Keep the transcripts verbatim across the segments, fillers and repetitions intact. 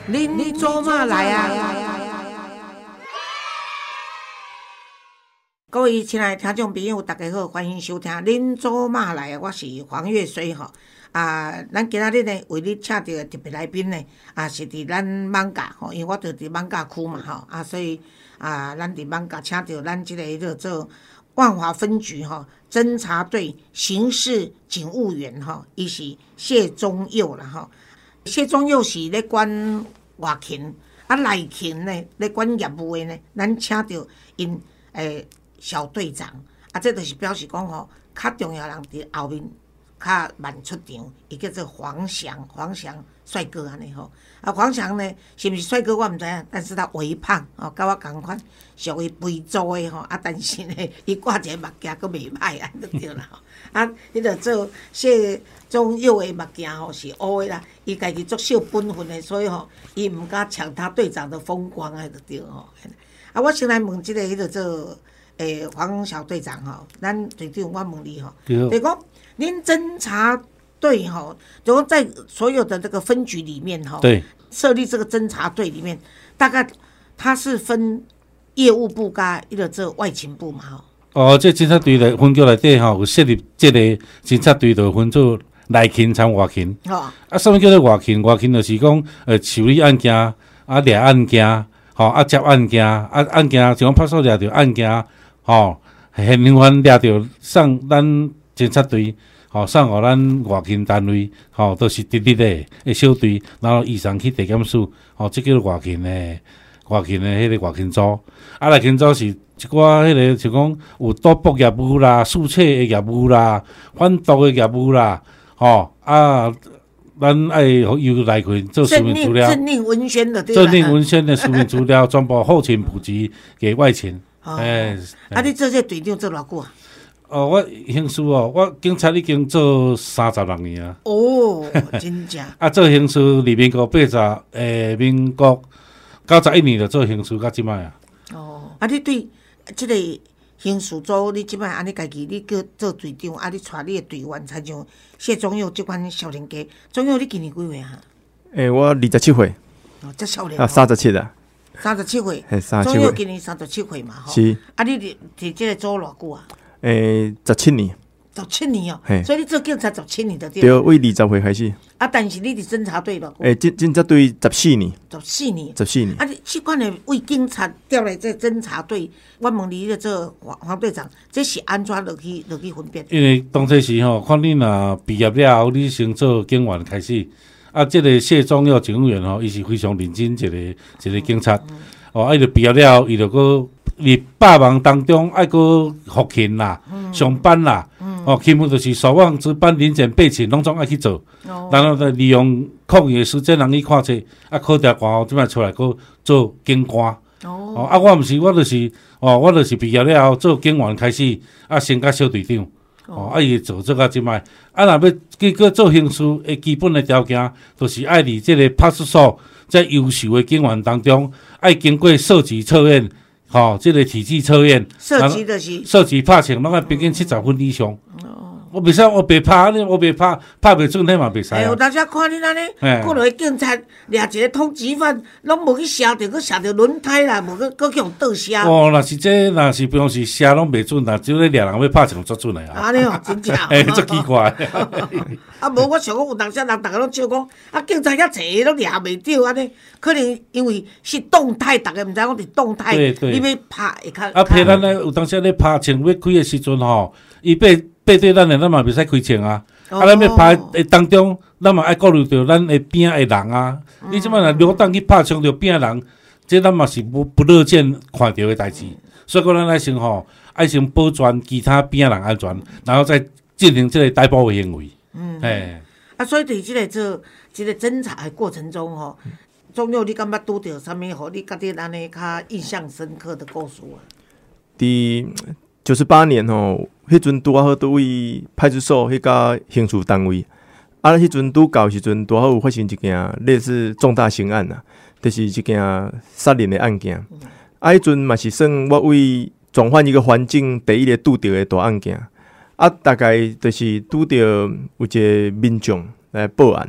恁做嘛来啊？各位亲爱的听众朋友，大家好，欢迎收听《恁做嘛来啊》，我是黄月水吼。啊，咱今仔日呢，为你请到的特别来宾呢，啊是伫咱艋舺吼，因为我住伫艋舺区嘛吼，啊所以啊，咱伫艋舺请到咱即个叫做万华分局吼侦查队刑事警务员吼，伊是谢宗佑啦吼。谢宗佑是咧管外勤，啊内勤呢咧管业务的呢，咱请到因诶小队长，啊这就是表示讲吼，较重要人伫后面。较慢出场，伊叫做黄翔，黄翔帅哥安尼吼。啊，黄翔呢是毋是帅哥我毋知影，但是他微胖哦，甲我共款，属于肥猪的吼。啊，但是呢，伊挂一个目镜佫袂歹啊，就对啦吼。啊，伊着做谢宗佑的目镜吼是乌的啦，伊家己足秀本分的，所以吼伊毋敢抢他队长的风光啊，就对吼。啊，我先来问即、這个迄个做诶、欸、黄小队长吼，咱队长我问你吼，就讲。您侦查队哈，然后在所有的这个分局里面哈， 对， 设立这个侦查队里面，大概它是分业务部加一个这外勤部嘛哈。 哦，这侦查队的分局内底哈有设立这个侦查队，就分做内勤参外勤。哦。啊，什么叫做外勤？外勤就是讲呃处理案件，啊抓案件，吼啊接案件，啊案件像派出所抓到案件，吼现行犯抓到送咱侦查队。吼、哦，送互咱外勤单位，吼、哦，都是直直的诶小队，然后移送去地检署，吼、哦，这叫外勤的外勤的迄个外勤组。啊，内勤组是一寡迄个像讲有赌博业务啦、输册的业务啦、贩毒的业务啦，吼、哦、啊，咱爱由内勤做书面资料， 政令文宣的对啦，政令文宣的书面资料全部后勤普及给外勤。 哦，哎，啊，你做这队长做偌久啊？ 哦，我刑事哦，我警察已经做三十六年啊。 哦，真正。 啊，做刑事二民国八十，诶，民国九十一年就做刑事，到即摆啊。 哦，啊，你对即个刑事组，你即摆安尼家己，你叫做队长，啊，你带你的队员，参像谢宗佑即款少年家。宗佑，你今年几岁啊？ 诶、欸，我二十七岁。 哦，遮少年。 啊，三十七啊。 三十七岁。 嘿，三十七岁。 宗佑今年三十七岁嘛，吼。 是。 啊，你伫伫即个组偌久啊？ 诶，十七年， 十七年哦，所以你做警察十七年就对。 对，为二十岁开始。 啊，但是你伫侦查队咯。 诶，侦侦查队十四年。 十四年。 十四年。 啊，你即款的为警察调来这侦查队，我问你咧做黄黄队长，这是安怎落去落去分辨？ 因为当初时吼，看你若毕业了后，你先做警员开始。啊，这个谢宗佑警务员吼，伊是非常认真一个一个警察。嗯、哦，啊，伊就毕业了后，伊就搁。伫百忙当中，爱搁服勤啦、嗯、上班啦，嗯、哦，基本就是所望值班、临检、备勤，拢总爱去做。哦、然后再利用空余的时间，人去看册，啊，考调官后，即摆出来搁做警官。哦，哦，啊，我毋是，我就是哦，我就是毕业了后做警员开始，啊，升到小队长。哦，啊，伊做做到即摆，啊，若要结果做刑事的基本的条件，就是爱伫即个派出所在优秀的警员当中，爱经过射击测验。吼、哦，这个体质测验， 射击的是射击拍枪，拢爱平均七十分以上。哦，我袂使，我袂拍，我袂拍，拍袂准，迄嘛袂使。 哎，有当时看你安尼，过落去警察掠一个通缉犯，拢无去射着，去射着轮胎啦，无去，搁去用倒射。 哦，若是这，若是比方是射拢袂准啦，只有咧掠人要拍枪足准的啊。 安尼哦，真正。 哎，足奇怪。 啊，无我想讲有当时人，逐个拢笑讲，啊，警察遐济拢掠袂着安尼，可能因为是动态，逐个毋知讲是动态。 对对。 你要拍会较。 啊，譬如咱咧有当时咧拍枪要开的时阵吼，伊背背对咱的，咱嘛袂使开枪啊。哦、啊，咱要拍的当中，咱嘛爱顾虑到咱的边的人啊。嗯、你即摆若流弹去拍枪着边的人，这咱嘛是不不乐见看到的代志。嗯、所以讲，咱爱先吼，爱先保全其他边的人安全，然后再进行这个逮捕的行为。嗯。哎。 啊，所以伫即个做即个侦查的过程中吼。嗯宗佑，你感觉拄着啥物？互你觉得安尼较印象深刻的故事啊？ 伫九十八年吼，迄阵拄好倒位派出所迄家刑事单位，啊，迄阵拄到时阵拄好有发生一件类似重大刑案啊，就是一件杀人的案件。嗯、啊，迄阵嘛是算我为转换一个环境第一个拄着的大案件。啊，大概就是拄着有一个民众来报案。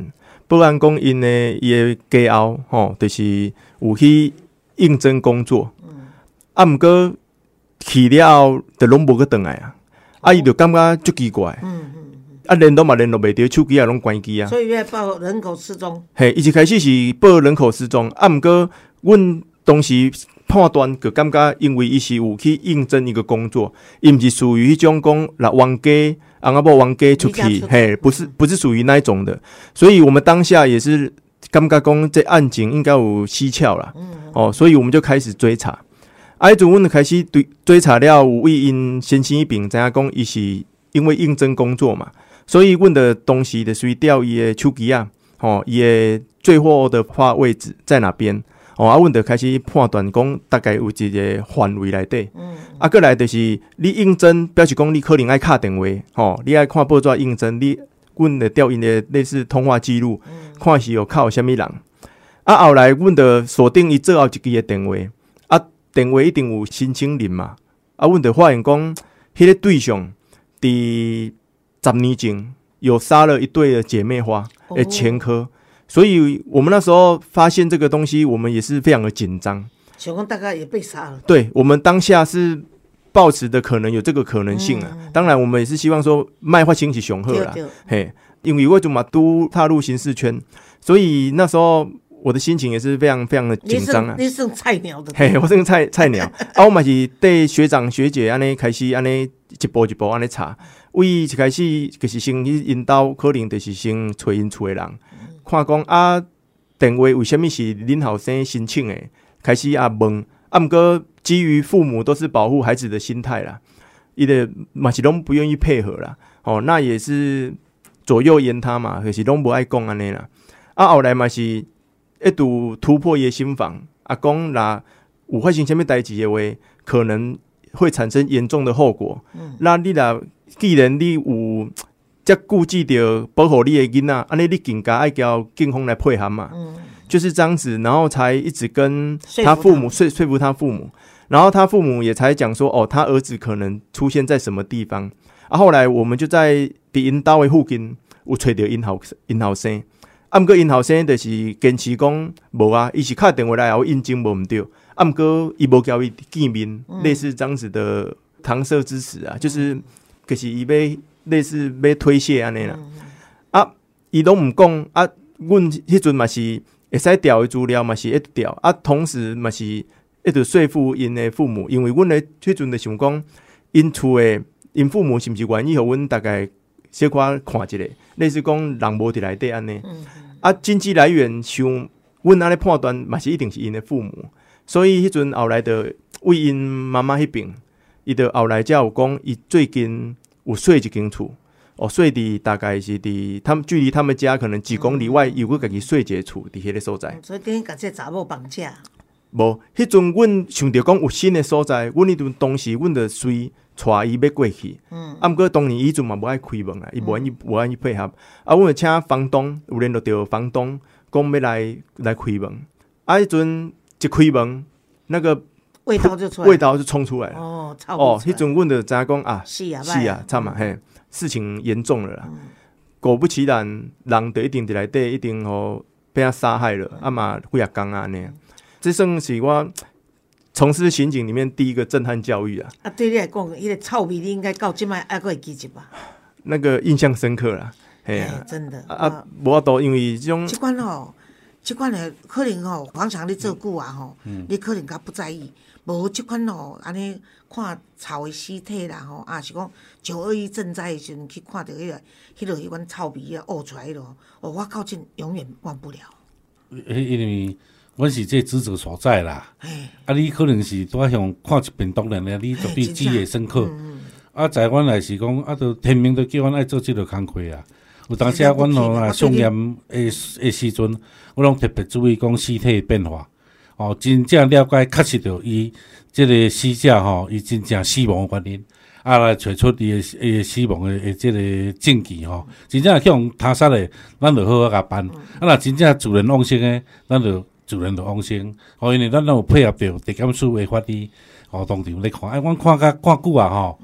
报案讲因的伊的家后吼，就是有去应征工作，嗯、啊，毋过去了后就拢无去转来啊，啊，伊就感觉足奇怪，嗯嗯啊，联络嘛联络袂着，手机也拢关机啊， 所以要报人口失踪。 嘿，伊一开始是报人口失踪，啊，毋过阮当时判断就感觉，因为伊是有去应征一个工作，伊毋是属于迄种讲来冤家。昂阿伯王给出去，嘿，不是不是属于那一种的，所以我们当下也是感觉讲这案情应该有蹊跷啦，嗯、哦，所以我们就开始追查。啊，迄阵阮就开始追追查了，有为因先生一病，知影讲伊是因为应征工作嘛，所以阮的东西就随调伊的手机啊，哦，伊的最后的话位置在哪边？哦，啊，阮就开始判断讲大概有一个范围内底，嗯，啊，过来就是你应征，表示讲你可能爱敲电话，吼、哦，你爱看报纸应征，你阮的调因的类似通话记录，嗯、看是有靠什么人，啊，后来阮就锁定伊最后一支的电话，啊，电话一定有申请人嘛，啊，阮就发现讲，迄个对象伫十年前有杀了一对的姐妹花的前科。哦，所以我们那时候发现这个东西，我们也是非常的紧张。 小公大概也被杀了。 对，我们当下是抱持的可能有这个可能性啊。嗯、当然，我们也是希望说卖发兴起雄鹤啦，嘿，因为为什么都踏入刑事圈，所以那时候我的心情也是非常非常的紧张啊。 你是菜鸟的， 嘿，我是菜菜鸟，啊，我嘛是对学长学姐安尼开始安尼一步一步安尼查，为一开始就是先去引导，可能就是先找因厝的人。看讲啊，电话为什么是恁后生申请的？开始啊问，啊，毋过基于父母都是保护孩子的心态啦，伊的嘛是拢不愿意配合啦。哦，那也是左右言他嘛，可是拢不爱讲安尼啦。啊，后来嘛是一度突破伊的心防，啊，讲啦有发生什么代志的话，可能会产生严重的后果。嗯、那你啦，既然你有才顾忌着保护你的囡仔，安尼你更加爱叫警方来配合嘛，嗯、就是这样子，然后才一直跟他父母说说服他父母，然后他父母也才讲说，哦，他儿子可能出现在什么地方。啊，后来我们就在伫因兜的附近有找到因后因后生，啊，毋过因后生就是坚持讲无啊，伊是打电话来后印证无毋对，啊，毋过伊无交伊见面，嗯、类似这样子的搪塞之词啊，就是可是伊要。类似要推卸安尼啦，嗯、啊，伊拢毋讲啊，阮迄阵嘛是会使调的资料嘛是一直调啊，同时嘛是一直说服因的父母，因为阮的迄阵就想讲，因厝的因父母是毋是愿意互阮大概小可看一下，类似讲人无伫内底安尼，嗯、啊，经济来源像阮安尼判断嘛是一定是因的父母，所以迄阵后来的为因妈妈迄边，伊就后来才有讲，伊最近。有睡一间厝，哦，睡伫大概是伫他们距离他们家可能几公里外，有个家己睡一个厝伫迄个所在。 所以等于甲这查某绑架。 无，迄阵阮想着讲有新的所在，阮迄阵当时阮着随带伊要过去。嗯。啊，毋过当年伊阵嘛无爱开门啊，伊无愿意无愿意配合。啊，阮就请房东有联络着房东，讲要来来开门。啊，迄阵一开门，那个。 味道就出来， 味道就冲出来了。 哦， 哦，迄阵阮就知影讲啊， 是啊， 是啊，惨嘛嘿，事情严重了啦。嗯、果不其然，人就一定伫内底，一定吼被他杀害了，嗯、啊嘛几啊工啊呢。这算是我从事刑警里面第一个震撼教育啊。 啊，对你来讲，迄个臭味你应该到即摆还会记得吧？ 那个印象深刻啦，嘿啊，真的啊，无法度，因为这种这款吼，这款的可能吼，平常你做久啊吼，嗯、你可能较不在意。无即款吼，安尼看臭的尸体啦吼，啊是讲九二一赈灾的时阵去看到迄、那个、迄落、迄款臭味啊，呕出来咯，哦，我到今永远忘不了。 因为阮是这职责所在啦，啊，你可能是拄仔向看一遍当然咧，你绝对记忆深刻。嗯、啊，在阮来是讲，啊，都天明都叫阮爱做即个工课啊。有当时啊，阮吼啊上验诶诶时阵，我拢特别注意讲尸体的变化。哦，真正了解确实着伊即个死者吼，伊真正死亡的原因，啊来找出伊的伊死亡的诶即个证据吼，真正向他杀的，咱就好好甲办。啊，若真正自然往生的，咱就自然就往生。哦，因为咱有配合着地检署的法律，哦，当场咧看。啊，阮看甲看久啊吼，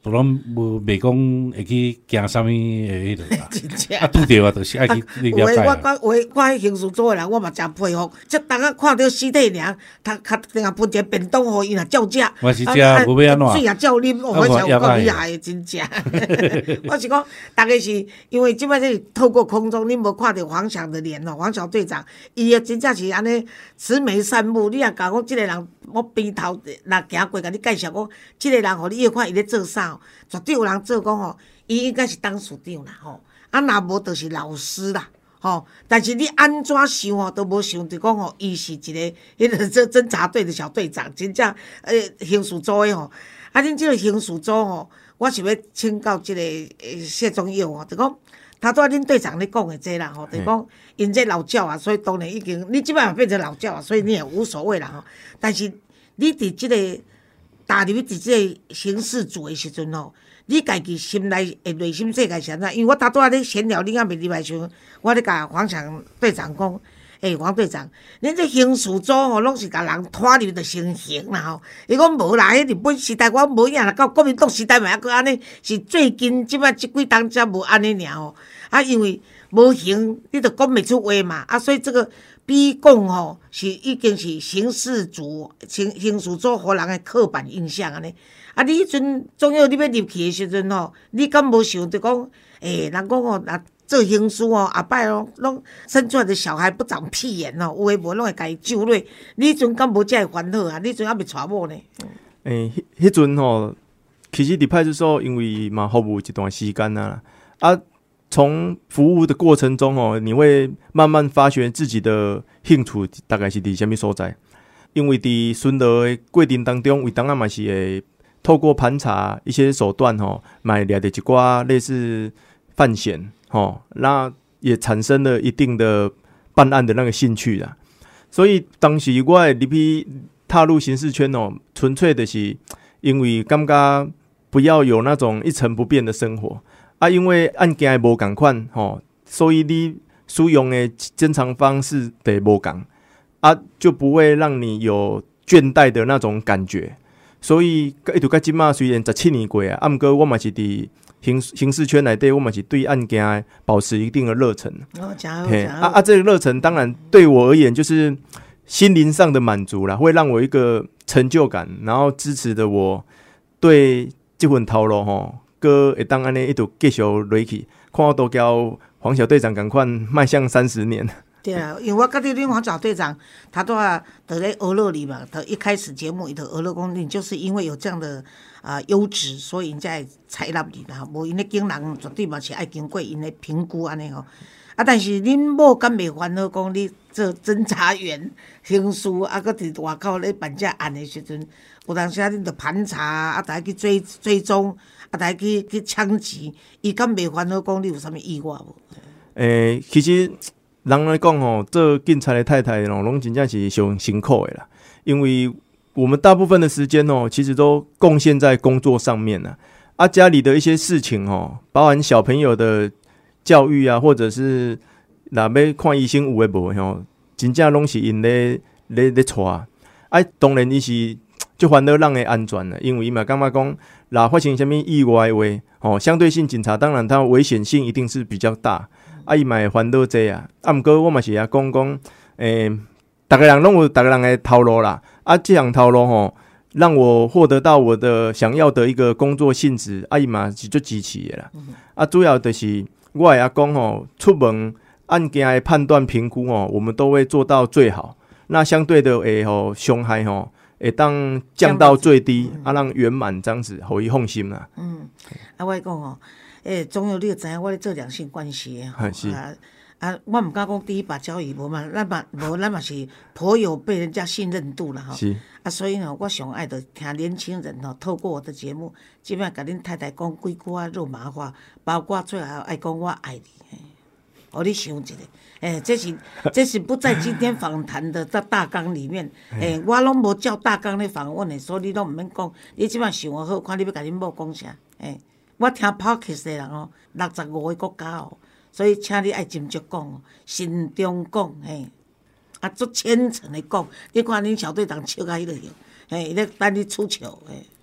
都拢无袂讲会去惊啥物诶迄落啦。 真正啊，拄着啊，就是爱去你有诶， 了解啊。 我我我我迄刑事组诶人，我嘛真佩服。即逐个看到尸体尔，他他定下分一个便当互伊若照食， 我是食啊无要安怎水也照啉，哦，我才有够厉害诶，真正。我是讲，大家是因为即摆这透过空中，你无看到黄翔的脸哦，黄小队长，伊诶真正是安尼慈眉善目。你若甲我即个人，我边头若行过，甲你介绍讲，即个人，互你越看伊咧做啥哦，绝对有人做讲吼，伊应该是当署长啦吼，啊若无就是老师啦。吼、哦，但是你安怎想吼，都无想着讲吼，伊是一个迄个这侦查队的小队长，真正诶刑事组的吼。啊，恁即个刑事组吼，我想要请教即、这个诶谢宗佑吼，就讲他拄仔恁队长咧讲的这啦吼，就讲因这老教啊，所以当然已经你即摆嘛变成老教啊，所以你也无所谓啦吼。但是你伫即个踏入伫即个刑事组的时阵吼。你家己心内的内心世界是安怎？因为我头拄仔咧闲聊，你还袂入来时，我咧甲黄翔队长讲，诶、欸，黄队长，恁这刑事组吼，拢是甲人拖入着行刑啦吼。伊讲无啦，迄日本时代我无影啦，到国民党时代嘛还阁安尼，是最近即摆即几当才无安尼尔吼。啊，因为无刑，你着讲袂出话嘛。啊，所以这个比讲吼，是已经是刑事组、刑刑事组互人的刻板印象安尼。啊！你迄阵总要你要入去的时阵吼，你敢无想着讲，诶、欸，人讲吼，若做刑事哦，后摆拢拢生出来的小孩不长屁眼哦，有诶无拢会甲伊揪落。你迄阵敢无遮个烦恼啊？你迄阵还未娶某呢？ 诶、欸，迄阵吼，其实伫派出所因为嘛服务一段时间啊，啊，从服务的过程中哦，你会慢慢发掘自己的兴趣大概是伫什么所在，因为伫巡逻的过程当中，有当啊嘛是会。透过盘查一些手段吼，买了的一寡类似犯嫌吼，那也产生了一定的办案的那个兴趣啦。所以当时我会入去踏入刑事圈哦，纯粹的是因为感觉不要有那种一成不变的生活啊，因为案件无同款吼，所以你使用的侦查方式得无同啊，就不会让你有倦怠的那种感觉。所以，一直到即马虽然十七年过啊，啊，毋过我嘛是伫刑刑事圈内底，我嘛是对案件保持一定的热忱。 哦，真好，真好。 啊啊，这个热忱当然对我而言就是心灵上的满足啦，会让我一个成就感，然后支持着我对这份头路吼，搁会当安尼一直继续落去，看我都交黄小队长共款迈向三十年。 对啊，因为我甲你恁黄小队长，他都啊得咧俄乐里嘛，他一开始节目伊头俄乐讲，你就是因为有这样的啊优质，所以因才会采纳你啦。无因咧经人绝对嘛是爱经过因咧评估安尼吼。啊，但是恁某敢袂烦恼讲你做侦查员、刑事，啊，搁伫外口咧办这案的时阵，有当时啊恁着盘查啊，逐个去追追踪，啊，逐个去去抢钱，伊敢袂烦恼讲你有啥物意外无？ 诶、欸，其实。人来讲吼，做警察的太太吼，拢真正是上辛苦的啦。因为我们大部分的时间哦，其实都贡献在工作上面啦。啊，家里的一些事情哦，包含小朋友的教育啊，或者是若要看医生有诶无吼，真正拢是因咧咧咧带。啊，当然伊是就烦恼人的安全啦，因为伊嘛感觉讲，若发生什么意外的话，哦，相对性警察当然它危险性一定是比较大。啊，伊嘛会烦恼这啊，啊，毋过我嘛是也讲讲，诶、欸，逐个人拢有逐个人的头路啦。啊，这样头路吼，让我获得到我的想要的一个工作性质，啊，伊嘛是足支持的啦。嗯、啊，主要就是我会讲吼，出门案件的判断评估吼，我们都会做到最好。那相对的会吼伤害吼，会当降到最低，嗯、啊，让圆满这样子，互伊放心啦。嗯， 啊，我讲吼。诶、欸，总有你就知影，我咧做两性关系诶，啊啊，我毋敢讲第一把交椅无嘛，咱嘛无，咱嘛是颇有被人家信任度啦吼。是啊，所以呢，我上爱的听年轻人吼，透过我的节目，即摆甲恁太太讲几句啊肉麻话，包括最后爱讲我爱你，互你想一下，诶、欸，这是这是不在今天访谈的大大纲里面，诶、欸，我拢无照大纲咧访问的，所以你拢毋免讲，你即摆想好，看你要甲恁某讲啥，诶、欸。我听 Podcast 的人哦，六十五个国家哦，所以请你爱斟酌讲哦，慎重讲，嘿，啊，足虔诚的讲。你看恁小队长笑甲迄落样，嘿，伊咧等你出糗，嘿，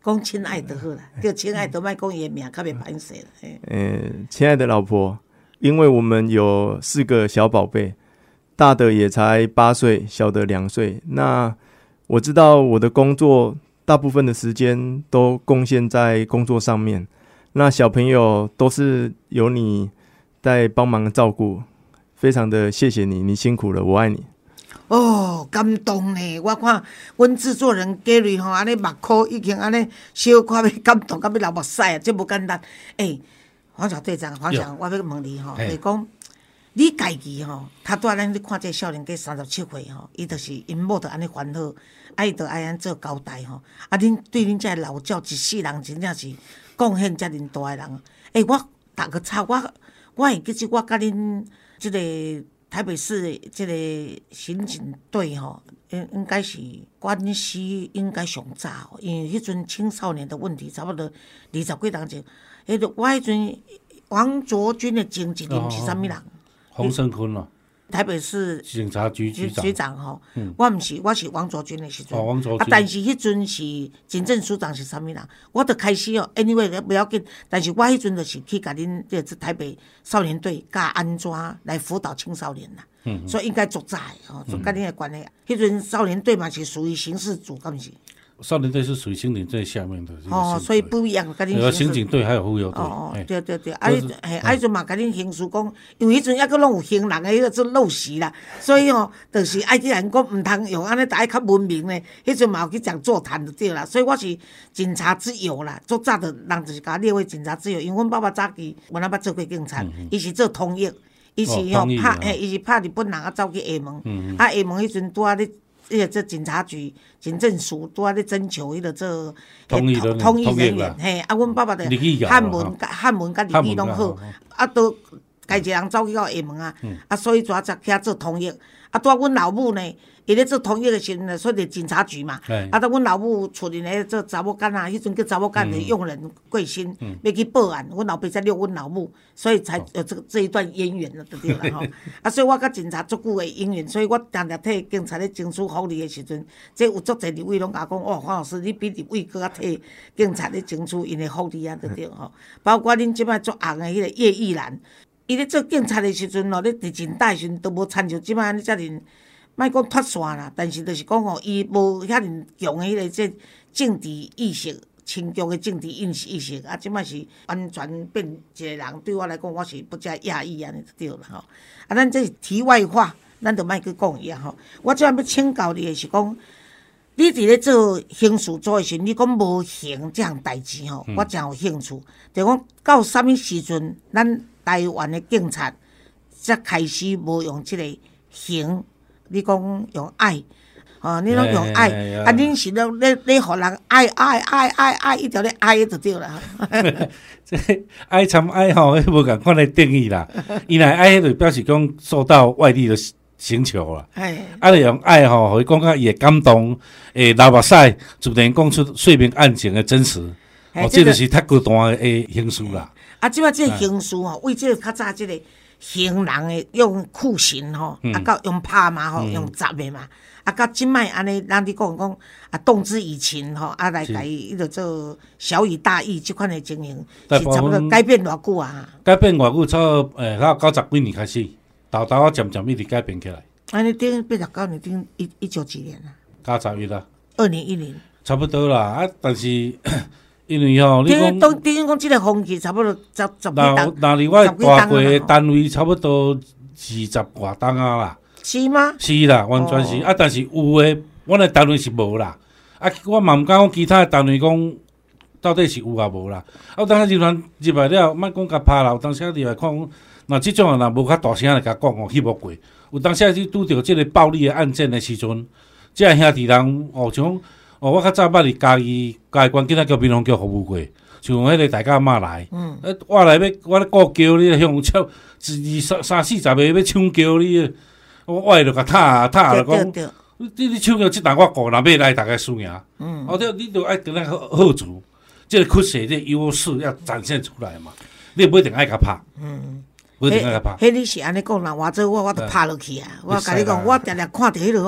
讲亲爱的好啦，叫亲爱的，莫讲伊的名，较袂歹势啦。 呃，亲爱的老婆，因为我们有四个小宝贝，大的也才八岁，小的两岁。那我知道我的工作大部分的时间都贡献在工作上面，那小朋友都是由你在帮忙照顾，非常的谢谢你，你辛苦了，我爱你。 哦，感动呢！我看阮制作人 Gary 吼，安尼目眶已经安尼小可要感动，到要流目屎啊！这无简单。诶、欸，黄小队长，黄长，我要问你吼，就是讲你家己吼，他拄仔咱咧看这少年家三十七岁吼，伊就是因某着安尼烦恼，啊，伊着爱安做交代吼。啊，恁对恁这老教一世人真正是贡献遮尔大诶人。诶、欸，我逐个插我，我会记得我甲恁即个。台北市这个刑警队吼，应应该是关系应该上早，因为迄阵青少年的问题差不多二十几年前。迄个我迄阵王卓君的经纪人是啥物人？ 洪胜坤咯。 台北市警察局局长， 局长吼， 嗯、 我毋是，我是王卓君的时阵， 哦，王卓君， 啊，但是迄阵是警政署长是啥物人？我就开始哦 ，anyway 不要紧，但是我迄阵就是去甲恁这次台北少年队教安怎来辅导青少年啦，嗯、所以应该足早的吼，就甲恁的关系。迄阵、嗯、少年队嘛是属于刑事组，敢毋是？ 少年队是属于刑警队下面的哦，所以不一样，甲恁刑警队还有妇幼队。 哦哦，对对对，啊，迄嘿，啊，迄阵嘛，甲恁刑事讲，因为迄阵抑佫拢有刑人的迄个做陋习啦，所以吼，就是爱去人讲毋通用安尼，大家较文明咧。迄阵嘛有去讲座谈就对啦，所以我是警察之友啦。做早的人就是甲我列为警察之友，因为阮爸爸早期阮阿爸做过警察，伊、嗯、是做通译，伊是吼拍嘿，伊是拍日本人啊走去厦门，嗯、啊厦门迄阵拄啊咧。迄个做警察局、警政署拄仔咧征求迄个做通译通译人员，嘿，啊，阮爸爸的汉文、汉文甲日语拢好，啊，都家一个人走去到厦门啊，啊，所以抓才起做通译。啊，拄仔阮老母呢，伊咧做通译的时阵呢，所以警察局嘛，啊，拄阮老母厝里咧做查某干啊，迄阵叫查某干的佣人贵姓，要去报案，阮老爸才遛阮老母，所以才有这个这一段渊源了，对了吼。啊，所以我甲警察足久的姻缘，所以我常常替警察咧争取福利的时阵，这有足侪立委拢甲我讲，哦，黄老师，你比立委搁较替警察咧争取因的福利啊，对对吼。包括恁即摆足红的迄个叶玉兰。伊咧做警察的时阵咯，咧伫警大时阵都无参照即摆安尼遮尔，莫讲脱线啦，但是就是讲吼，伊无遐尔强的迄个即政治意识，清强的政治意识意识，啊，即摆是完全变一个人。对我来讲，我是不加讶异安尼就对了吼。啊，咱这是题外话，咱就莫去讲伊啊吼。我即摆要请教你的是讲，你伫咧做刑事组的时阵，你讲无刑这项代志吼，我真有兴趣。就讲到啥物时阵，咱台湾的警察才开始无用即个刑，你讲用爱，哦，你拢用爱，啊，恁是咧咧咧，互人爱爱爱爱爱，一条咧爱就对啦。 这爱参爱吼，迄无共款的定义啦。伊若爱，迄就表示讲受到外力的请求啦。啊，你用爱吼，互伊讲甲伊会感动，会流目屎，自然讲出说明案情的真实。哦，这就是太高端的刑事啦。 啊，即摆即个刑事吼，为即个较早即个刑人的用酷刑吼，嗯、啊，到用拍嘛吼，嗯、用砸的嘛，啊，到即摆安尼，咱你讲讲啊，动之以情吼，啊，来甲伊迄个做小以大义即款的情形，是差不多改变偌久啊？ 改变偌久，差诶，到九十几年开始，豆豆啊，渐渐一直改变起来。 安尼顶八十九年顶一一九几年啊？ 九十一啦。 二零一零。差不多啦，啊，但是。因为吼，你讲， 等等于讲，即个风气差不多十十几档， 那那我大过的单位差不多二十外档啊啦。 是吗？ 是啦，完全是、哦、啊，但是有诶，阮的单位是无啦。啊，我嘛毋敢讲其他的单位讲到底是有啊无啦。啊，当时入来入来了，莫讲甲拍啦，有当时入来看讲，那即种人无较大声来甲讲哦，翕无过。有当时去拄着即个暴力的案件的时阵，即个兄弟人哦，像。哦，我较早捌伫嘉义嘉义关警察局民防局服务过，像迄个大家妈来，嗯，啊，我来要我咧顾叫你向抢，二三三四十个要抢叫你，我我就甲踢踢了讲，你你抢叫即单我顾，若要来大家输赢，嗯，哦，对，你就爱跟咱好好处，即个缺失这优势要展现出来嘛，你不一定爱甲拍，嗯。迄迄你是安尼讲啦，或者我我都拍落去啊！我甲你讲，我常常看着迄落吼，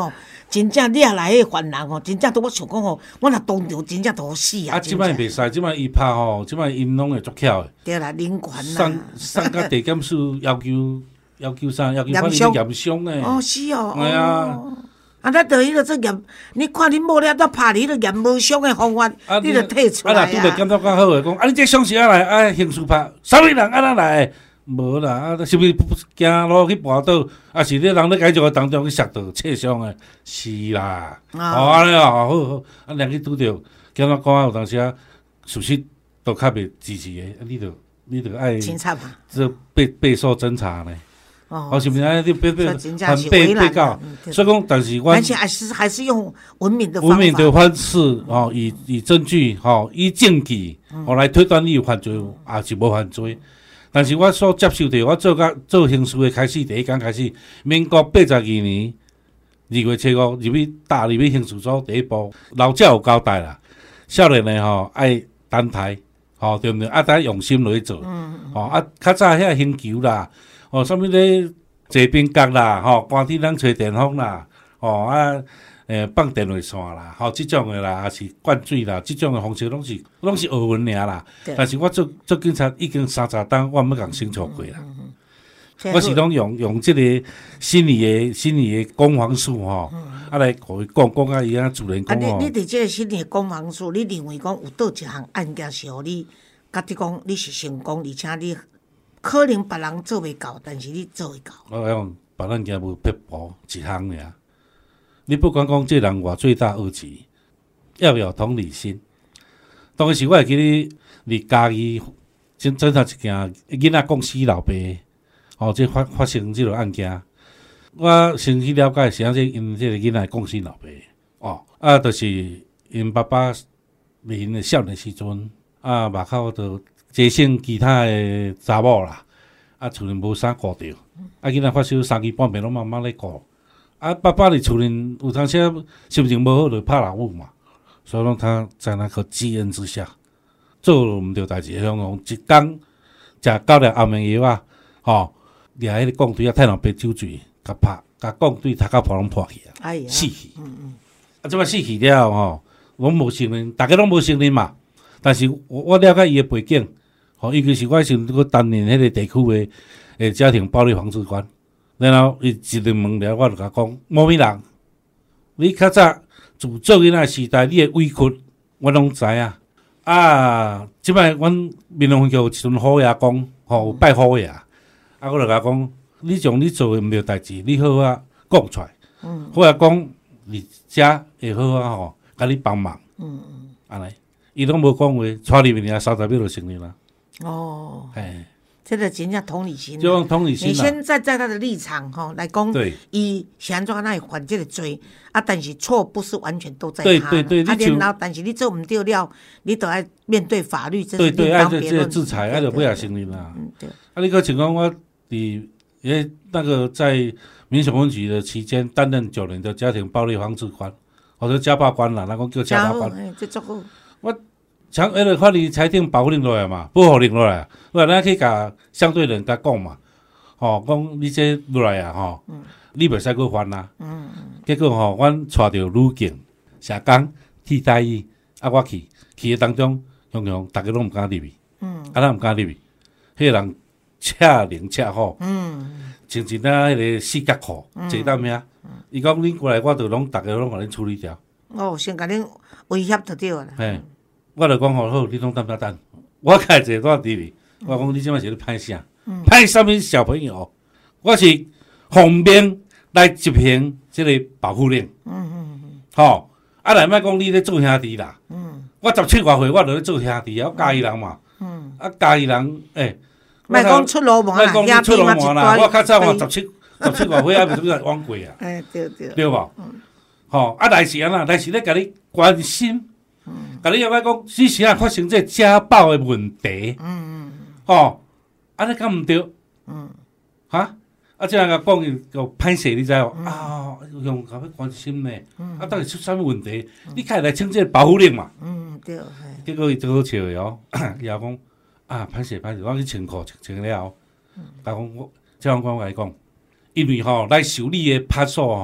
真正掠来迄犯人吼，真正都我想讲吼，我若当场真正都好死啊！ 啊，即摆袂使，即摆伊拍吼，即摆因拢会足巧诶。 对啦，人权啦。 送送到地检署要求要求啥？要求法院验伤诶。 哦，是哦。 系啊。 啊，咱着迄个做验，你看恁某了都拍你，着验无伤诶方法，你着摕出来啊。 啊，若拄着检讨较好诶，讲啊，你这伤是啊来啊，刑事拍，啥物人啊咱来？无啦，啊，是毋是行路去跋倒，啊是咧人咧解决诶当中去摔倒切伤诶？是啦，哦，安尼啊，好好，啊，人去拄着检察官有当时啊，事实都较袂支持诶，你着你着爱， 清查嘛， 这备备受侦查呢。 哦， 是毋是安尼？你被被还被被告，所以讲，但是我而且还是还是用文明的文明的方式哦，以以证据哦，以证据哦来推断你有犯罪，也是无犯罪。但是我所接受的，我做甲做刑事的开始第一天开始，民国八十二年二月初五入去大入去刑事组第一步，老早有交代啦，少年的吼爱等待，吼对毋对？啊，得用心落去做，吼啊，较早遐刑求啦。哦，啥物咧坐冰角啦，吼、哦，寒天咱吹电风啦，吼、哦、啊，诶放电话线啦，吼、哦，即种诶啦，也是灌水啦，即种诶方式拢是拢是学问尔啦。但是我做做警察已经三十档，我毋要共清楚过啦。嗯嗯嗯、我是拢用用即个心理诶心理诶攻防术吼，嗯、啊来互伊讲讲啊伊啊自然讲吼。啊，你你伫即个心理诶攻防术，你认为讲有倒一项案件是互你，甲你讲你是成功，而且你。可能别人做袂到，但是你做会到。 我讲别人惊无撇步一项尔，你不管讲这人偌罪大恶极，要有同理心。当时我会记得伫嘉义真真头一件囡仔讲死老爸，哦，这发发生这个案件，我先去了解是安怎因这个囡仔讲死老爸，哦，啊，就是因爸爸因的少年时阵，啊，目口就。接生其他的查某啦，啊，厝里无啥顾着，啊，囡仔发烧三更半暝拢妈妈咧顾，啊，爸爸伫厝里有当时心情无好就拍老母嘛，所以讲他在那颗基恩之下，做毋着代志，向讲一工食九粒安眠药啊，吼，掠迄个钢槌啊，太阳白酒醉，甲拍，甲钢槌头壳破拢破去啊，哎呀，死去，嗯嗯，啊，即摆死去了吼，拢无承认，大家拢无承认嘛，但是我我了解伊的背景。吼，伊就是我是个担任迄个地区的诶家庭暴力防治官，然后伊一入门了，我就甲讲，某某人，你较早自做囡仔时代，你的委屈我拢知影。啊，即摆阮民雄分局有一阵虎爷公，吼有拜虎爷，啊，我就甲讲，你将你做诶毋对代志，你好啊讲出来。嗯。虎爷公，你遮会好啊吼，甲你帮忙。嗯嗯。安尼，伊拢无讲话，带入面啊三十秒就成立啦。哦，哎， 这个真正同理心， 就用同理心。 你现在在他的立场吼来讲，伊是安怎那会犯这个罪啊？但是错不是完全都在他， 对对对， 啊，然后但是你做唔对了，你都要面对法律，这是另当别论。 制裁，啊，就不要承认啦。嗯，对。啊，你个情况我伫诶那个在民雄分局的期间担任九年的家庭暴力防治官，或者家暴官啦，那讲叫家暴官。 哎，这足好。 我。像迄个法律裁定保护令落来嘛，保护令落来，我咱去甲相对人甲讲嘛，吼、哦，讲你这落来啊，吼、嗯，你袂使搁犯啦。嗯嗯。结果吼、哦，阮带着女警、社工替代伊，啊，我去去诶当中，雄雄逐个拢毋敢入去。嗯。啊，咱毋敢入去，迄个人车灵车好。嗯。穿一领迄个四角裤，坐踮遐。伊讲恁过来，我就拢逐个拢甲恁处理掉。 哦，先甲恁威胁就对啦。 嘿。我就讲好好，你拢等等等，我开坐在地里。我讲你即摆是咧歹啥？歹什么小朋友？我是方面来执行即个保护令。嗯嗯嗯。吼，啊来莫讲你咧做兄弟啦。嗯。我十七外岁，我就咧做兄弟啊，我嘉义人嘛。嗯。啊，嘉义人，诶。 莫讲出罗门啦， 莫讲出罗门啦。我较早我十七十七外岁还袂怎么往过啊。 哎，对对。 对无？嗯。吼，啊来是安那，来是咧甲你关心。甲你要讲，事实啊发生这家暴的问题，嗯嗯，吼，安尼敢毋对？嗯，哈，啊，这样甲讲又歹势，你知无？啊，用甲要关心呢，啊，到底出啥物问题？你开来请这保护令嘛？嗯，对。结果伊最好笑的哦，伊也讲啊，歹势歹势，我去穿裤穿穿了后，甲讲我，这样讲我来讲，因为吼来受理的派出所吼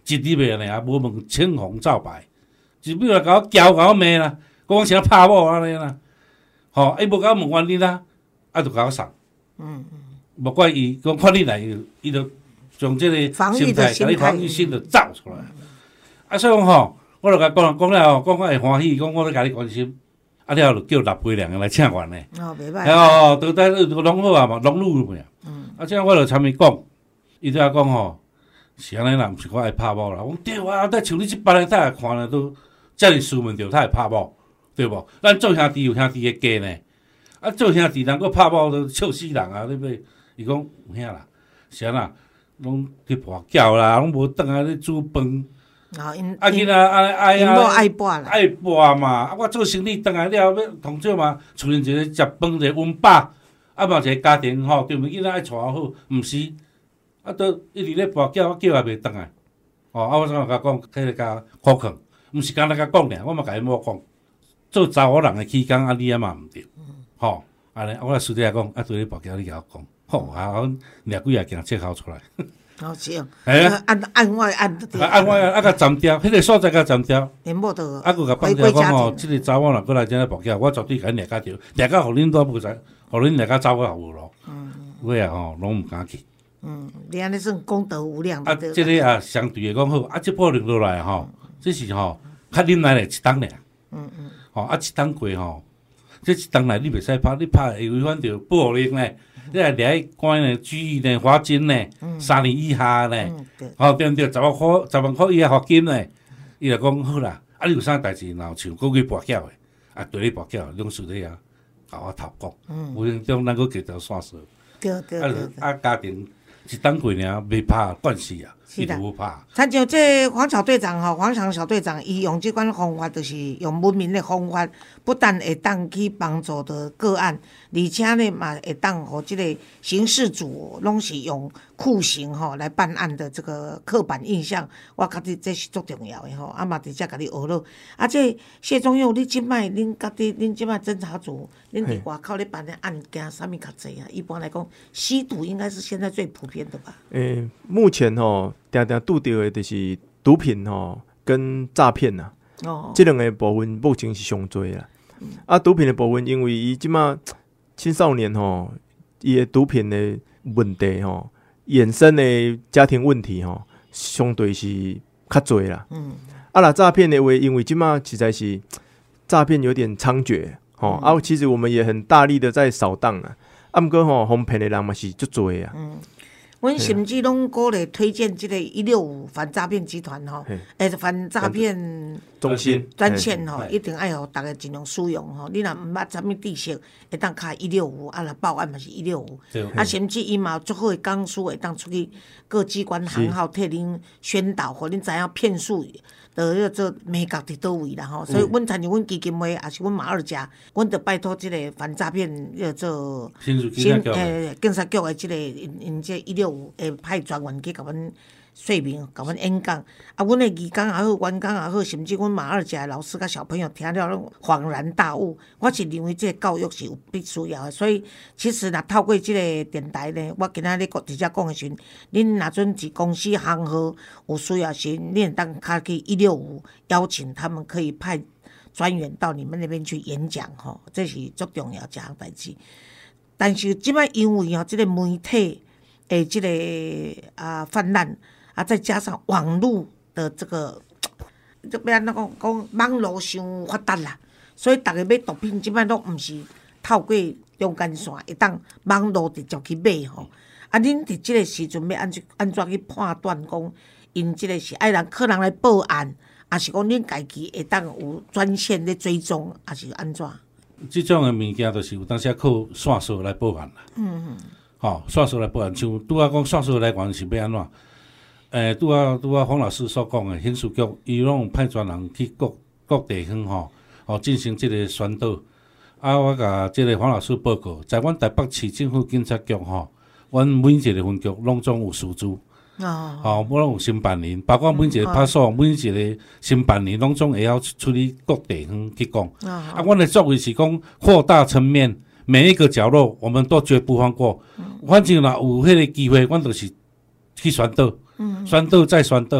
一日袂呢，也无问青红皂白，就比如甲我叫甲我骂啦，讲我啥拍某安尼啦，吼，伊无甲我问原因啦，啊，就甲我送，嗯嗯，无怪伊讲看你来，伊就从即个心态，甲你防御心就走出来，啊，所以讲吼，我就甲讲讲了，讲我会欢喜，讲我咧甲你关心。啊，了就叫六杯凉来请愿呢。 哦，袂歹。 哦，都在拢好啊嘛，拢入去啊。嗯。啊，这样我就参伊讲，伊对我讲吼，是安尼啦，毋是我爱拍某啦。我讲对啊，但像你即班人，他来看了都遮尔斯文着，他会拍某，对无？咱做兄弟有兄弟的家呢。啊，做兄弟人佫拍某都笑死人啊，对不对？伊讲有影啦，是安啦，拢去跋筊啦，拢无倒来咧煮饭。 哦，因啊，囡仔爱爱因某爱跋啦， 爱跋嘛。啊，我做生意倒来了，要同少嘛，厝里一个食饭，一个温饱，啊嘛一个家庭吼，对毋？囡仔爱带好，毋是？啊，都一直咧跋筊，我叫也袂倒来。哦，啊，我怎甲讲，迄个甲苦劝，毋是干那甲讲尔，我嘛甲伊某讲，做查某人的期间，啊，你啊嘛毋对，吼，安尼，我来私底下讲，啊，对你跋筊，你甲我讲，好，啊，我掠几啊件册考出来。 哦是哦，按按我按得啊，按我啊，甲暂掉，迄个所在甲暂掉。 因某都啊，佫甲放掉讲吼，即个查某人过来遮来跋筊，我绝对甲伊掠甲着，掠甲互恁都无使，互恁掠甲走我后咯。嗯嗯。我啊吼，拢毋敢去。嗯， 你安尼算功德无量。 啊，即个啊，相对诶讲好，啊，即波落落来吼，即是吼，较忍耐咧一冬咧。嗯嗯。吼，啊，一冬过吼，即一冬内你袂使拍，你拍会违反着暴力咧。你来掠去关呢，拘役呢，罚金呢，三年以下呢，吼对毋对？十万块，十万块以下罚金呢。伊就讲好啦，啊，你有啥代志，若有像过去跋筊的，啊，对你跋筊，拢私底下甲我头讲，有分钟咱佫继续线索。 对对对。 啊，家庭一冬过尔，袂拍惯势啊，伊就无拍。 参像这黄小队长吼，黄翔小队长，伊用即款方法，就是用文明的方法，不但会当去帮助的个案，而且呢嘛会当互即个刑事组拢是用酷刑吼来办案的这个刻板印象，我觉得这是足重要的吼。啊嘛，直接甲你学了。啊，这谢宗佑，你即摆恁家己恁即摆侦查组，恁伫外口咧办的案件，啥物较济啊？一般来讲，吸毒应该是现在最普遍的吧？ 诶、欸，目前吼，定定拄到的就是毒品吼跟诈骗呐。哦，这两个部分目前是上多啦。嗯、啊，毒品的部分，因为伊即马青少年吼，伊的毒品的问题吼，衍生的家庭问题吼，相对是较多啦。嗯。啊，若诈骗的话，因为即马实在是诈骗有点猖獗，吼、嗯、啊，其实我们也很大力的在扫荡啊。啊，毋过吼，哄骗的人嘛是足多啊。嗯。 阮甚至拢鼓励推荐即个一六五反诈骗集团吼，诶，反诈骗中心专线吼，一定爱互大家尽量使用吼。你若毋捌啥物知识，会当开一六五，啊，若报案嘛是一六五。啊，甚至伊嘛有足好诶讲师会当出去各机关行号替恁宣导，互恁知影骗术。就迄做美角伫倒位啦吼，所以阮参像阮基金会，也是阮马二甲，阮就拜托即个反诈骗叫做新诶警察局诶即个因因即一六五诶派专员去甲阮说明，甲阮演讲。啊，阮诶义工也好，员工也好，甚至阮马二甲诶老师甲小朋友听了拢恍然大悟。我是认为即个教育是有必须要诶，所以其实若透过即个电台呢，我今仔日直接讲诶时阵，恁若准是公司行号有需要时，恁当卡去一六五邀请他们可以派专员到你们那边去演讲吼，这是足重要一项代志。但是即摆因为吼，即个媒体诶，即个啊泛滥啊，再加上网络的这个，这要安怎讲讲网络伤发达啦，所以逐个买毒品即摆拢毋是透过中间线，会当网络直接去买吼。啊，恁伫即个时阵要安怎安怎去判断讲，因即个是爱人可能来报案，还是讲恁家己会当有专线咧追踪，还是安怎？ 即种诶物件，就是有当时靠线索来报案啦。嗯嗯。吼，线索来报案，像拄仔讲线索来源是要安怎？诶，拄仔拄仔黄老师所讲诶，刑事局伊拢有派专人去各各地方吼，吼进行即个宣导。啊，我甲即个黄老师报告，在阮台北市政府警察局吼，阮每一个分局拢总有师资。哦。吼，我拢有新办人，包括每一个派出所、每一个新办人，拢总会晓处理各地方去讲。哦。啊，阮的作为是讲扩大层面，每一个角落我们都绝不放过。嗯。反正若有迄个机会，阮就是去宣导。嗯。宣导再宣导，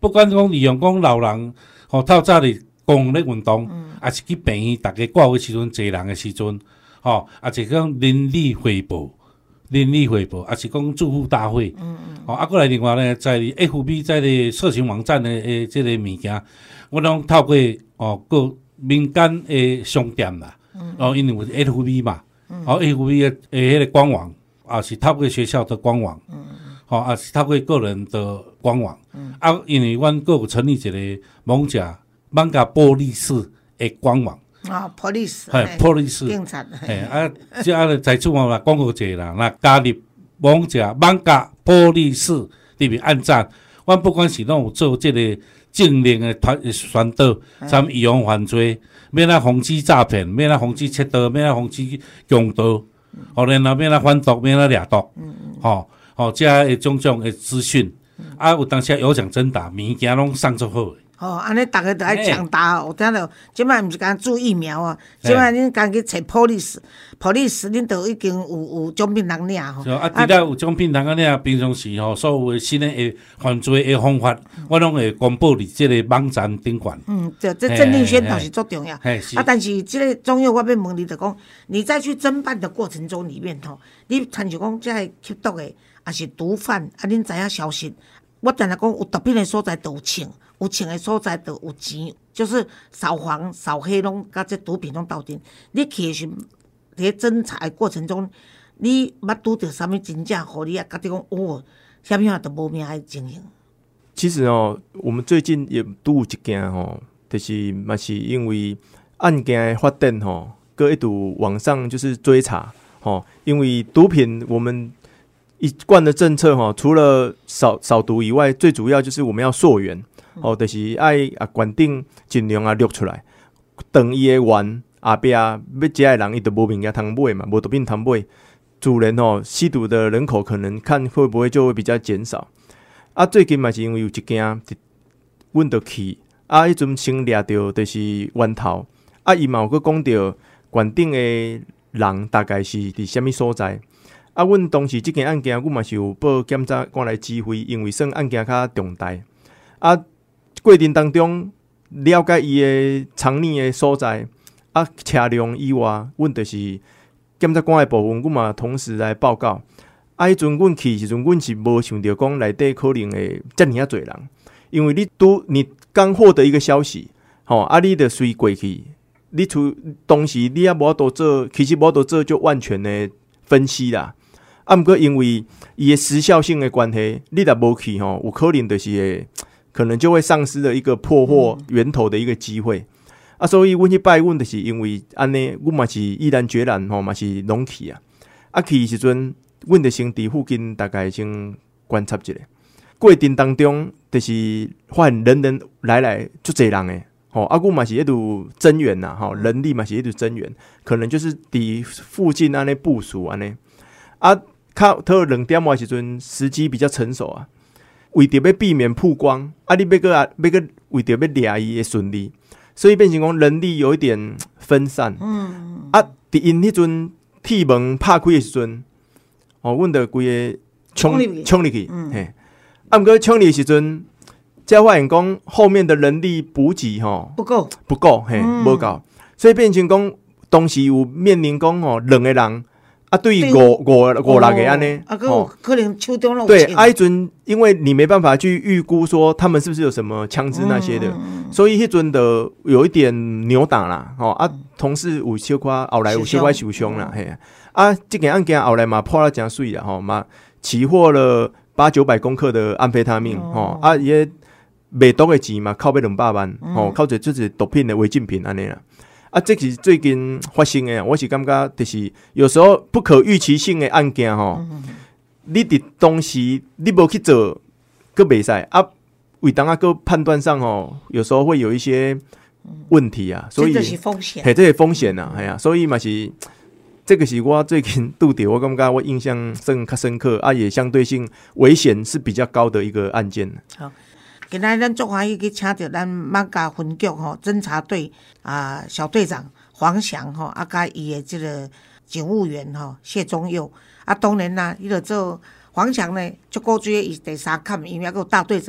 不管讲利用讲老人吼透早哩公咧运动，还、嗯、是去病院，大家挂的时阵，济人的时阵，吼，啊是讲邻里汇报。邻里汇报，也是讲住户大会，嗯嗯，哦，啊，过来另外呢，在 F B 在咧社群网站的诶，这个物件，我拢透过哦个民间诶商店啦，嗯，哦，因为有 F B 嘛，嗯，哦 F B 诶诶迄个官网，啊是透过学校的官网，嗯嗯，哦，啊是透过个人的官网，嗯，啊，因为阮个有成立一个艋舺艋舺玻璃市诶官网。 啊、哦、，police， 嘿 ，police， 警察， 嘿，啊，即啊在此我嘛广告者啦，那加入艋舺艋舺玻璃市里面按赞，阮不管是拢有做即个正令的团宣导，咱预防犯罪，免啊防止诈骗，免啊防止窃盗，免啊防止强盗，吼，然后免啊贩毒，免啊掠毒，吼吼，即个种种的资讯，啊，有当时有奖征答，物件拢送足好。 哦，安尼逐个都爱抢答哦，有听到？即摆毋是讲注疫苗啊，即摆恁讲去找 police，police 恁都已经有有奖品通领吼。 啊，除了有奖品通领，平常时吼所有的新的诶犯罪的方法，我拢会公布伫即个网站顶悬。 嗯，对，这政令宣导是足重要。啊，但是即个总有我要问你，就讲你在去侦办的过程中里面吼，你参像讲即个吸毒的，还是毒贩，啊，恁知影消息？我等下讲有毒品的所在都有枪，有枪的所在都有钱，就是扫黄扫黑拢甲这毒品拢斗阵。你去时伫侦查的过程中，你捌拄着啥物真正，互你啊觉得讲哦，啥物啊都无命的情形。 其实哦，我们最近也拄有一件吼，就是嘛是因为案件的发展吼，搁一度往上就是追查吼，因为毒品我们。一贯的政策哈，除了扫扫毒以外，最主要就是我们要溯源，哦，就是爱啊，管定尽量啊录出来，等伊的源后壁要食的人伊就无物件通买嘛，无毒品通买，自然哦，吸毒的人口可能看会不会就会比较减少。啊，最近嘛是因为有一件，阮就去，啊，迄阵先掠到就是源头，啊，伊嘛有佫讲到管定的人大概是伫什么所在。啊，阮当时即件案件，阮嘛是有报检察官来指挥，因为算案件较重大。啊，过程当中了解伊的藏匿的所在，啊，车辆以外，阮就是检察官的部分，阮嘛同时来报告。啊，迄阵阮去时阵，阮是无想到讲内底可能会遮尔啊侪人，因为你拄你刚获得一个消息，吼、哦，啊，你著随过去，你除当时你也无法度做，其实无法度做就万全的分析啦。啊，毋过因为伊的时效性的关系，你若无去吼，有可能就是会可能就会丧失了一个破获源头的一个机会。啊，所以阮去拜阮就是因为安尼，阮嘛是毅然决然吼，嘛是拢去啊。啊，去的时阵，阮就先伫附近大概先观察一下。过程当中，就是发现人人来来足侪人诶。吼，啊，阮嘛是一路增援呐，吼，人力嘛是一路增援，可能就是伫附近安尼部署安尼。啊。较讨两点的时阵，时机比较成熟啊。为着要避免曝光，啊，你要个啊，要个为着要掠伊的顺利，所以变成讲人力有一点分散。嗯。啊，伫因迄阵铁门拍开的时阵，哦，阮着规个冲冲入去，嗯、嘿。啊，毋过冲入的时阵，才发现讲后面的人力补给吼不够， 不够，嘿，无、嗯、够，所以变成讲当时有面临讲哦，两个人。啊，对于五五五六个安尼， 啊，哦、可能手中有对，啊，迄阵因为你没办法去预估说他们是不是有什么枪支那些的，嗯、所以迄阵的有一点扭打啦，吼、哦、啊，同事有小可后来有小可受伤啦，嘿、嗯，啊，这件案件后来嘛破了真水啦，吼、哦、嘛起获了八九百公克的安非他命，吼、哦、啊，伊卖毒的钱嘛靠要两百万，吼、嗯，靠着就是毒品的违禁品安尼啦。啊，这是最近发生的，我是感觉就是有时候不可预期性的案件吼，嗯、你伫当时你无去做，佫袂使啊，为当啊个判断上吼，有时候会有一些问题啊，所以这是风险， 嘿，这是风险啊，系啊，所以嘛是这个是我最近拄到，我感觉我印象深较深刻啊，也相对性危险是比较高的一个案件。 好。今仔咱足欢喜去请到咱艋舺分局吼侦查队啊小队长黄翔吼，啊甲伊的即个警务员吼谢宗佑啊，当然啦，伊就做黄翔呢，足古锥伊第三坎，因为还有大队长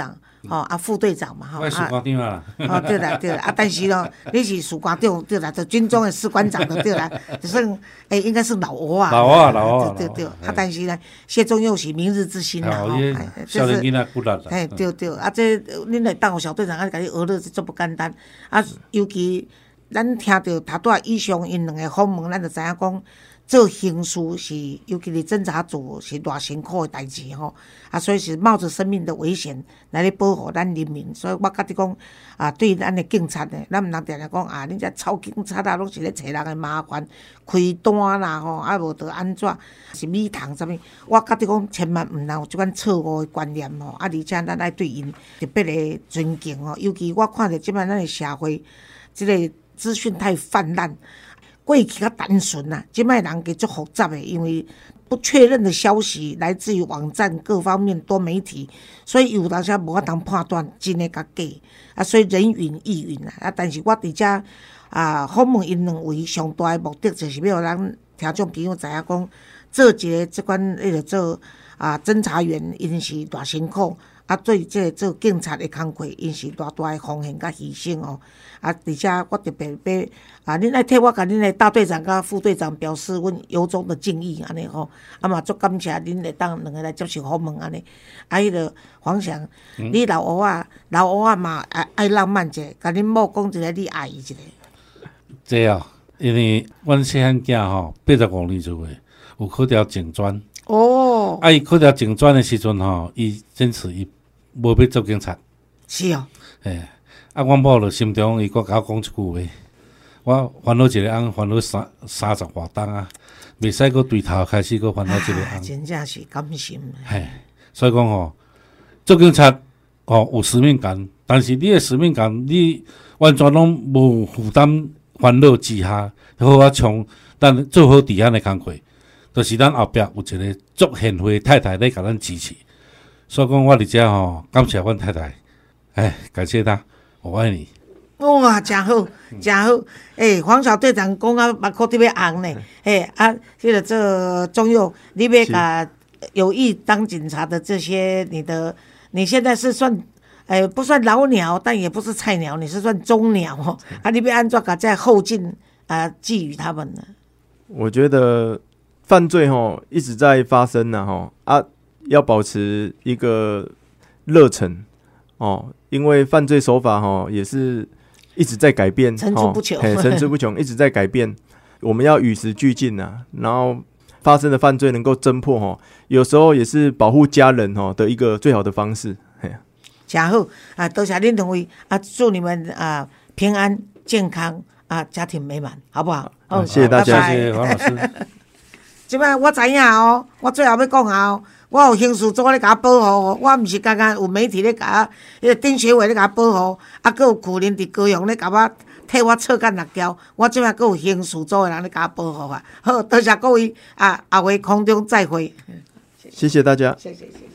吼、哦、啊副队长嘛吼、 我是士官长啊。 哦对啦对啦啊，但是咯，你是士官长对啦，就军中的士官长就对啦，就算诶、欸、应该是老欧啊。 老欧老欧。 对对对，啊但是呢，谢宗佑是明日之星啦吼。 少年囡仔骨力啦。 嘿对对，啊这恁来当小队长啊，甲你学了是足不简单啊，尤其咱听到头拄仔以上因两个访问，咱就知影讲。做刑事是，尤其是侦查组是偌辛苦的代志吼，啊，所以是冒着生命的危险来咧保护咱人民。所以我甲你讲啊，对咱的警察呢，咱毋通定定讲啊，恁遮臭警察啊，拢是咧找人的麻烦，开单啦吼，啊无得安怎，是米糖啥物？我甲你讲，千万毋通有即款错误的观念吼，啊，而且咱爱对因特别的尊敬吼。尤其我看着即摆咱的社会，即个资讯太泛滥。过去较单纯啦，即摆人计足复杂的，因为不确认的消息来自于网站各方面多媒体，所以有当时无法通判断真的甲假啊，所以人云亦云啦啊。但是我伫遮啊访问因两位上大的目的，就是要让听众朋友知影讲，做一个即款迄个做啊侦查员，因是偌辛苦。啊，对即个做警察的工课，因是大大的奉献甲牺牲哦。啊，而且我特别要啊，恁来替我甲恁的大队长甲副队长表示阮由衷的敬意安尼吼。啊嘛，足感谢恁会当两个来接受访问安尼。啊，迄个黄翔，嗯、你老乌啊，老乌啊嘛爱爱浪漫者，甲恁某讲一个你爱伊一个。 这啊，因为阮细汉囝吼八十五年做诶，有考调警专。哦。啊，伊考调警专的时阵吼，伊坚持伊。无要做警察， 是哦。 嘿，啊，阮某就心中伊佫甲我讲一句话，我烦恼一个翁，烦恼三三十外冬啊，袂使佫对头开始佫烦恼一个翁。 真正是甘心。 嘿，所以讲吼，做警察吼有使命感，但是你的使命感，你完全拢无负担烦恼之下，好啊从咱做好治安的工作，就是咱后壁有一个足贤惠太太咧甲咱支持。所以讲，我伫遮吼，感谢阮太太，哎，感谢她，我爱你。 哇，真好，真好！诶、欸，黄小队长讲啊，目眶特别红呢。诶、欸，啊，这个这中佑，你要甲有意当警察的这些，你的你现在是算，诶、欸，不算老鸟，但也不是菜鸟，你是算中鸟哦。啊，你要安怎甲在后进啊寄予他们呢？ 我觉得犯罪吼一直在发生呢，吼啊。要保持一个热忱哦，因为犯罪手法哈也是一直在改变， 层出不穷， 层出不穷，一直在改变。我们要与时俱进啊，然后发生的犯罪能够侦破哈，有时候也是保护家人哈的一个最好的方式。 真好啊！多谢恁两位啊，祝你们啊平安健康啊，家庭美满，好不好？ 好，谢谢大家， 谢谢黄老师。 即摆我知影哦，我最后要讲啊哦。我有刑事组咧甲我保护哦，我毋是刚刚有媒体咧甲我，迄个丁学伟咧甲我保护，啊，佫有苦林伫高雄咧甲我替我扯干辣椒，我即摆佫有刑事组的人咧甲我保护啊。好，多谢各位啊，后回空中再会。 谢谢大家， 谢谢谢谢。